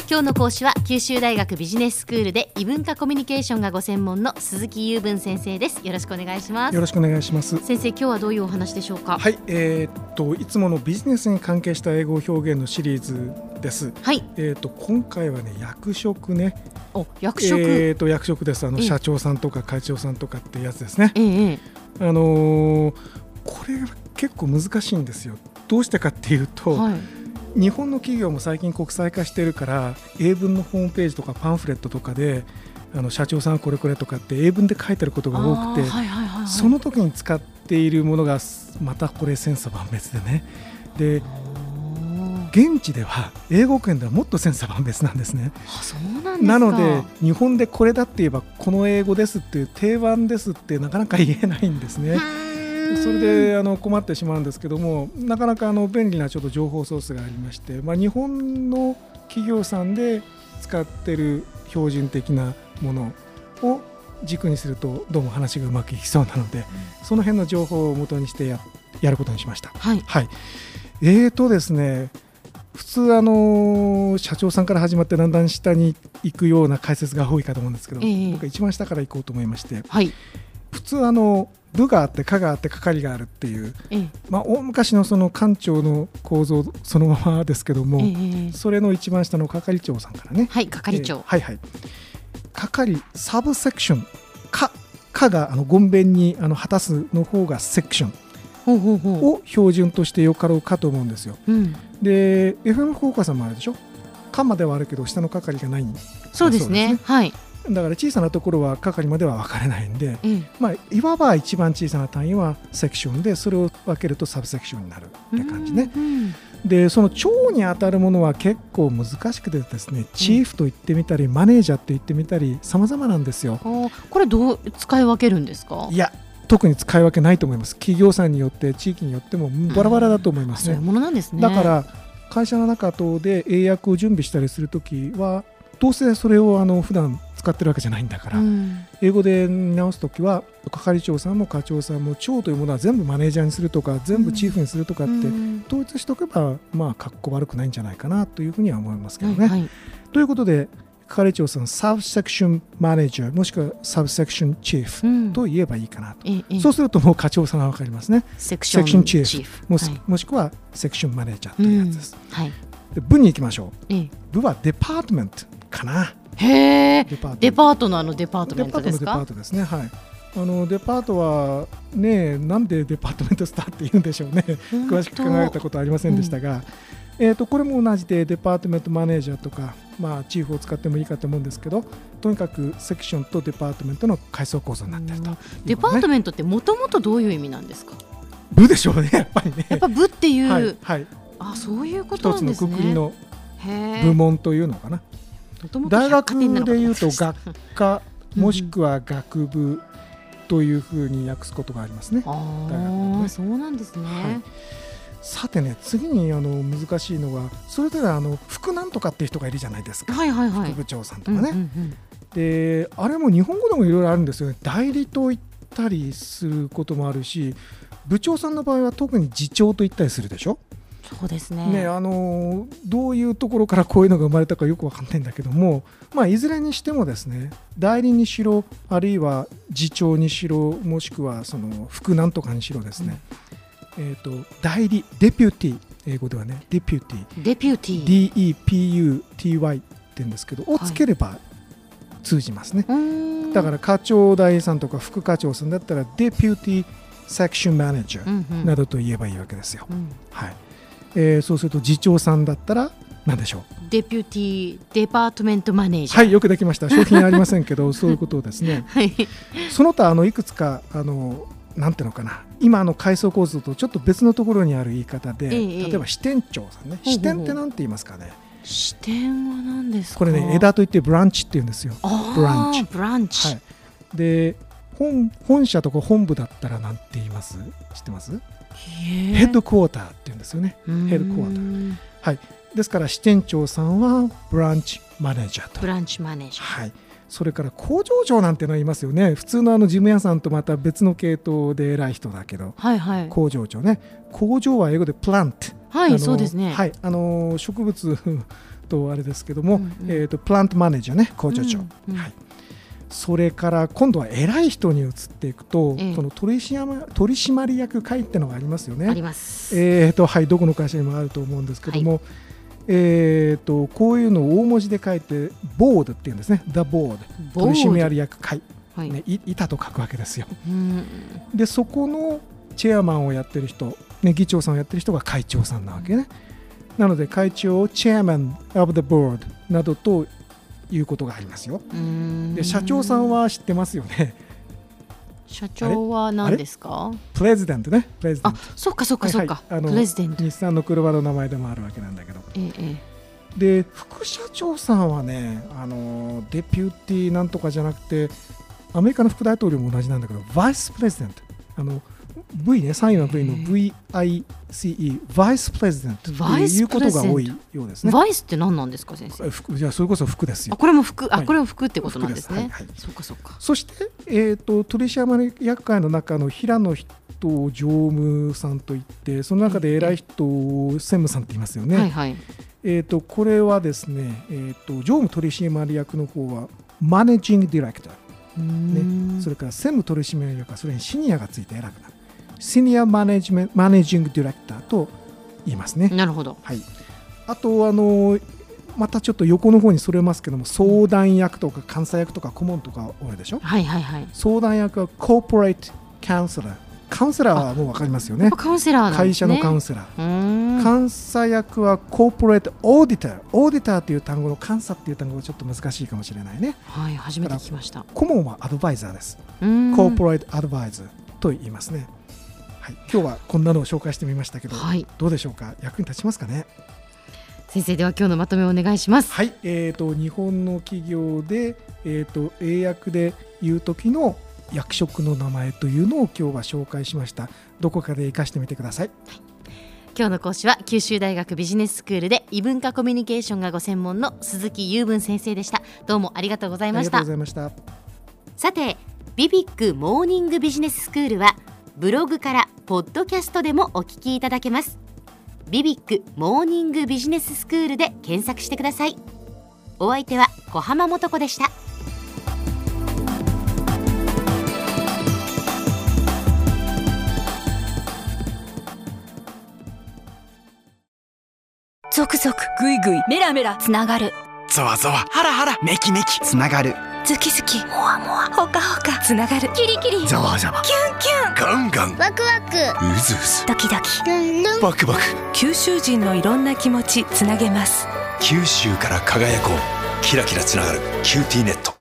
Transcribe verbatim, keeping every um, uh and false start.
今日の講師は九州大学ビジネススクールで異文化コミュニケーションがご専門の鈴木雄文先生です。よろしくお願いします。 よろしくお願いします。 先生、今日はどういうお話でしょうか？ はい、えー、っといつものビジネスに関係した英語表現のシリーズです。 はい、 えー、っと今回はね、役職ね。 お、役職、 えー、っと役職です。あの社長さんとか会長さんとかってやつですね。 ええ、 あのー、これが結構難しいんですよ。どうしてかっていうと、はい、日本の企業も最近国際化してるから、英文のホームページとかパンフレットとかであの社長さんはこれこれとかって英文で書いてることが多くて、はいはいはいはい、その時に使っているものがまたこれ千差万別でね。で、現地では英語圏ではもっと千差万別なんですね。 あ、そうなんですか。 なので日本でこれだって言えばこの英語ですっていう定番ですってなかなか言えないんですね。それであの困ってしまうんですけども、なかなかあの便利なちょっと情報ソースがありまして、まあ、日本の企業さんで使っている標準的なものを軸にするとどうも話がうまくいきそうなので、うん、その辺の情報を元にして や, やることにしました。 はい、はい、 えーとですね普通あの社長さんから始まってだんだん下に行くような解説が多いかと思うんですけど、えー、僕は一番下から行こうと思いまして、はい、普通あの部があって課があって係があるっていう、えーまあ、大昔 の, その官庁の構造そのままですけども、えー、それの一番下の係長さんからね、 はい、係長、 えー、はいはい、係サブセクション、課課があのごんべんにあの果たすの方がセクションほうほうほうを標準としてよかろうかと思うんですよ、うん、で エフエム 福岡さんもあるでしょ。課まではあるけど下の係がないんだそうですね。そうですね、はい、 だから小さなところは係までは分かれないんで、うん、まあ、いわば一番小さな単位はセクションで、それを分けるとサブセクションになるって感じね、うんうん、でその長に当たるものは結構難しくてですね、チーフと言ってみたり、うん、マネージャーと言ってみたり様々なんですよ。 これどう使い分けるんですか？ いや、特に使い分けないと思います。企業さんによって地域によってもバラバラだと思いますね。 そういうものなんですね。 だから会社の中等で英訳を準備したりするときは、どうせそれをあの普段使ってるわけじゃないんだから、うん、英語で見直すときは係長さんも課長さんも長というものは全部マネージャーにするとか全部チーフにするとかって統一しておけば、まあかっこ悪くないんじゃないかなというふうには思いますけどね、はいはい、ということで係長さんサブセクションマネージャーもしくはサブセクションチーフと言えばいいかなと、うん、そうするともう課長さんが分かりますね。 セクションチーフも, し、はい、もしくはセクションマネージャーというやつです、 うん、はい、 で部に行きましょう、ええ、部はデパートメントかな。 へー、デパート、デパートのあのデパートメントですか？ デパートのデパートですね、はい、あのデパートはね、なんでデパートメントスターって言うんでしょうね。詳しく考えたことはありませんでしたが、うん、えーとこれも同じでデパートメントマネージャーとか、まあ、チーフを使ってもいいかと思うんですけど、とにかくセクションとデパートメントの階層構造になっていると、ね、 デパートメントってもともとどういう意味なんですか？ 部でしょうね、やっぱりね。 やっぱ部っていう、 はいはい、 あ、そういうことなんですね。 一つのくくりの部門というのかな。大学でいうと学科もしくは学部というふうに訳すことがありますね。 あ、ね、そうなんですね、はい、 さてね、次にあの難しいのは、それではあの副なんとかっていう人がいるじゃないですか、 はいはいはい、 副部長さんとかね、 うんうんうん、 であれも日本語でもいろいろあるんですよね。代理と言ったりすることもあるし、部長さんの場合は特に次長と言ったりするでしょ。 そうですね。 ね、あのどういうところからこういうのが生まれたかよく分かんないんだけども、まあ、いずれにしてもですね、代理にしろあるいは次長にしろもしくはその副なんとかにしろですね、うん、えーと代理デピューティー、英語ではねデピューティーデピューティーディーイーピーユーティーワイ って言うんですけど、をつければ通じますね、はい、だから課長代理さんとか副課長さんだったらデピューティーセクションマネージャーなどと言えばいいわけですよ、うんうん、はい、えー、そうすると次長さんだったら何でしょう。 デピューティーデパートメントマネージャー。 はい、よくできました。商品ありませんけどそういうことですね、はい、その他あのいくつかあのなんていうのかな、今の階層構造とちょっと別のところにある言い方で、えー、例えば支店長さんね、支店って何て言いますかね。 支店は何ですか？ これね、枝といってブランチって言うんですよ。 ブランチ、ブランチ、 はい、で 本, 本社とか本部だったら何て言います？知ってます？ヘッドクォーターって言うんですよね。ヘッドクォーター、はい、ですから支店長さんはブランチマネージャーと、 ブランチマネージャー、 はい、それから工場長なんてのはいますよね。普通のあの事務屋さんとまた別の系統で偉い人だけど、 はいはい、 工場長ね。工場は英語でプラント、 はい、そうですね、 はい、あの植物とあれですけども、 うんうんえー、とプラントマネージャーね、工場長、 うんうんはい、それから今度は偉い人に移っていくと、 ええこの取締取締役会ってのがありますよね。 あります。 えーとはい、どこの会社にもあると思うんですけども、えー、とこういうのを大文字で書いてボードっていうんですね。 The Board 取締役会、 はいね、い板と書くわけですよ。 うんでそこのチェアマンをやってる人、ね、議長さんをやってる人が会長さんなわけね。なので会長を Chairman of the Board などということがありますよ。 うんで社長さんは知ってますよね。 社長は何ですか？ プレジデントね。プレジデンあ、 ト。 そっかそっかそっか、 はいはい、あのプレジデント。 日産の車の名前でもあるわけなんだけど、 ええで副社長さんはね、あのデピューティーなんとかじゃなくて、アメリカの副大統領も同じなんだけど、バイスプレジデント、あの V ね、さんいの V の ブイアイシーイー、バイスプレジデントということが多いようですね。 バイスって何なんですか先生？ 服、じゃあそれこそ服ですよ。 あ、これも服、あ、 はいこれも服ってことなんですね。 服ですはいはいそうかそうか。 そして、えー、と取締役会の中の平野人常務さんといって、その中で偉い人を専務さんって言いますよね。 はいはい。 えー、とこれはですね、えー、と常務取締役の方はマネージングディレクター、ね、それから専務取締役はそれにシニアがついて偉くなるシニアマネージメントマネージングディレクターと言いますね。 なるほど。 はい、あとあのまたちょっと横の方にそれますけども、相談役とか監査役とか顧問とか多いでしょ。 はいはいはい。 相談役はコーポレートカウンセラー、カウンセラーはもう分かりますよね。 カウンセラーなんですね。 会社のカウンセラー。 うーん。 監査役はコーポレートオーディター、オーディターという単語の監査っていう単語はちょっと難しいかもしれないね。 はい、初めて聞きました。 顧問はアドバイザーです。 うーん。 コーポレートアドバイザーと言いますね。はい、今日はこんなのを紹介してみましたけど、 はい、 どうでしょうか、役に立ちますかね。 先生、では今日のまとめをお願いします。 はい、えー、と日本の企業で、えー、と英訳で言う時の役職の名前というのを今日は紹介しました。どこかで活かしてみてください。はい、 今日の講師は九州大学ビジネススクールで異文化コミュニケーションがご専門の鈴木雄文先生でした。どうもありがとうございました。 ありがとうございました。 さて、ビビックモーニングビジネススクールはブログからポッドキャストでもお聞きいただけます。ビビックモーニングビジネススクールで検索してください。お相手は小浜もとこでした。 ゾクゾクグイグイメラメラつながる、 ゾワゾワハラハラメキメキつながる、 ズキズキモワモワホカホカつながる、キリキリザワザワキュンキュンガンガンワクワクうずうずドキドキルンルンバクバク、 九州人のいろんな気持ちつなげます。 九州から輝こう、キラキラつながるキューティーネット。